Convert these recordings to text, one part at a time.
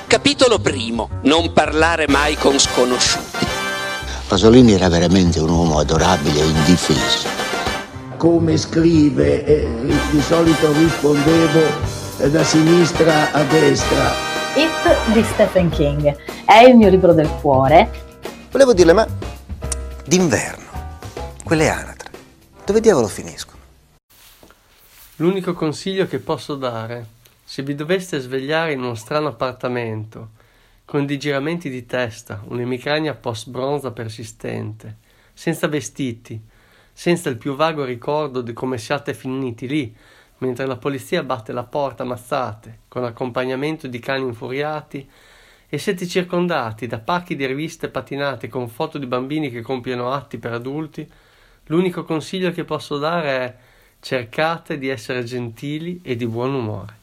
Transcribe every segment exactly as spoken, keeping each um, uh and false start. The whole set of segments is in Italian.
Capitolo primo. Non parlare mai con sconosciuti. Pasolini era veramente un uomo adorabile e indifeso. Come scrive, eh, di solito rispondevo eh, da sinistra a destra. It di Stephen King è il mio libro del cuore. Volevo dirle, ma d'inverno, quelle anatre, dove diavolo finiscono? L'unico consiglio che posso dare, se vi doveste svegliare in uno strano appartamento, con dei giramenti di testa, un'emicrania post-bronza persistente, senza vestiti, senza il più vago ricordo di come siate finiti lì, mentre la polizia batte la porta a mazzate, con accompagnamento di cani infuriati, e siete circondati da pacchi di riviste patinate con foto di bambini che compiono atti per adulti, l'unico consiglio che posso dare è: cercate di essere gentili e di buon umore.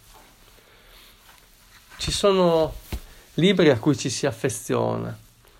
Ci sono libri a cui ci si affeziona.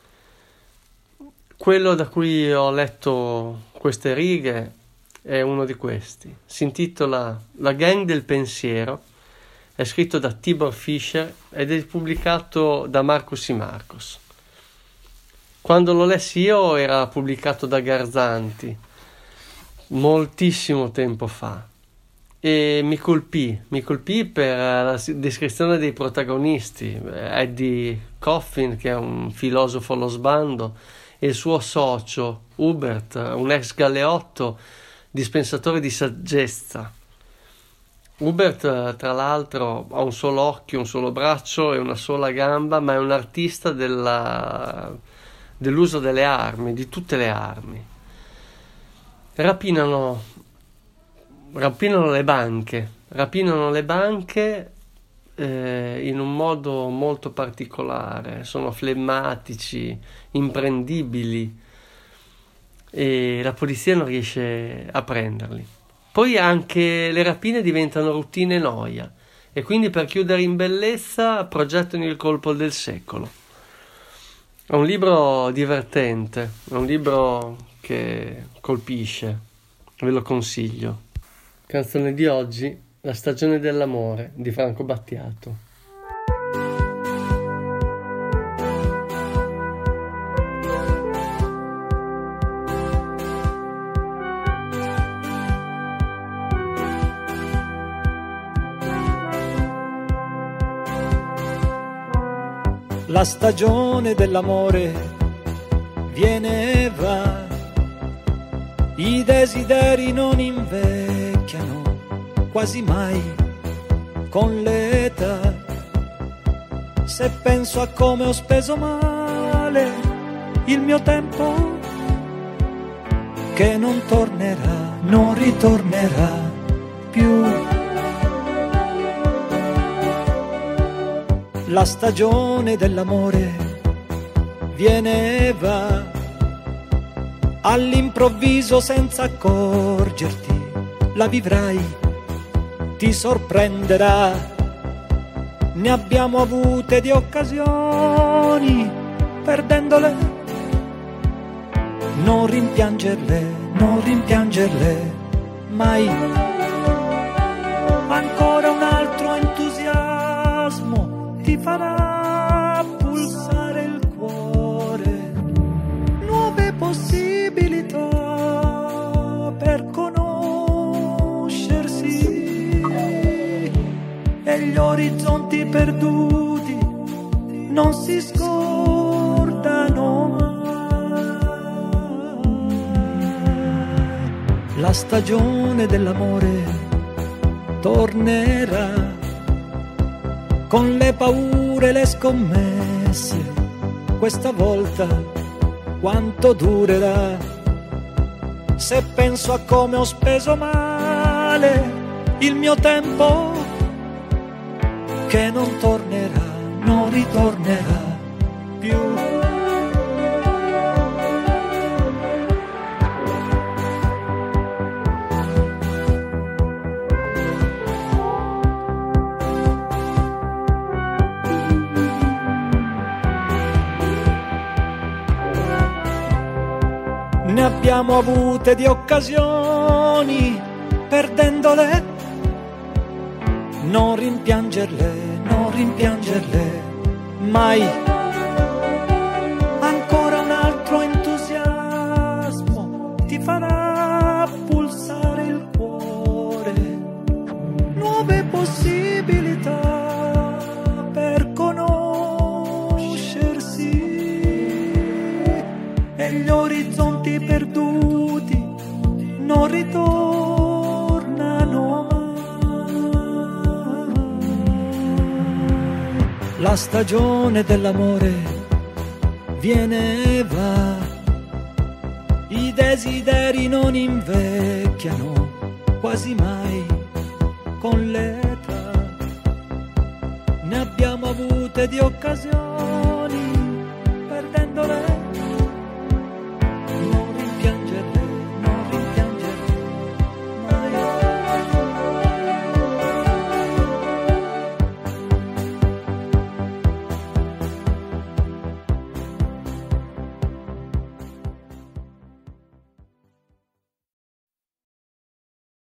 Quello da cui ho letto queste righe è uno di questi. Si intitola La gang del pensiero, è scritto da Tibor Fischer ed è pubblicato da Marcus y Marcus. Quando lo lessi io era pubblicato da Garzanti, moltissimo tempo fa, e mi colpì, mi colpì per la descrizione dei protagonisti, Eddie Coffin, che è un filosofo allo sbando, e il suo socio Hubert, un ex galeotto dispensatore di saggezza. Hubert, tra l'altro, ha un solo occhio, un solo braccio e una sola gamba, ma è un artista della, dell'uso delle armi, di tutte le armi. Rapinano, rapinano le banche, rapinano le banche eh, in un modo molto particolare. Sono flemmatici, imprendibili, e la polizia non riesce a prenderli. Poi anche le rapine diventano routine e noia, e quindi per chiudere in bellezza progettano il colpo del secolo. È un libro divertente, è un libro che colpisce, ve lo consiglio. Canzone di oggi, La stagione dell'amore di Franco Battiato. La stagione dell'amore viene e va, i desideri non invecchiano quasi mai con l'età. Se penso a come ho speso male il mio tempo, che non tornerà, non ritornerà più. La stagione dell'amore viene e va, all'improvviso senza accorgerti, la vivrai, ti sorprenderà. Ne abbiamo avute di occasioni, perdendole, non rimpiangerle, non rimpiangerle mai. Ancora un altro entusiasmo ti farà pulsare il cuore, nuove possibilità per conoscersi, e gli orizzonti perduti non si scordano mai. La stagione dell'amore tornerà, con le paure e le scommesse, questa volta quanto durerà? Se penso a come ho speso male il mio tempo, che non tornerà, non ritornerà più. Ne abbiamo avute di occasioni, perdendole, non rimpiangerle, non rimpiangerle mai. Ancora un altro entusiasmo ti farà pulsare il cuore, nuove possibilità per conoscersi, e gli orizzonti perduti non ritornano mai. La stagione dell'amore viene e va, i desideri non invecchiano quasi mai con l'età. Ne abbiamo avute di occasioni, perdendole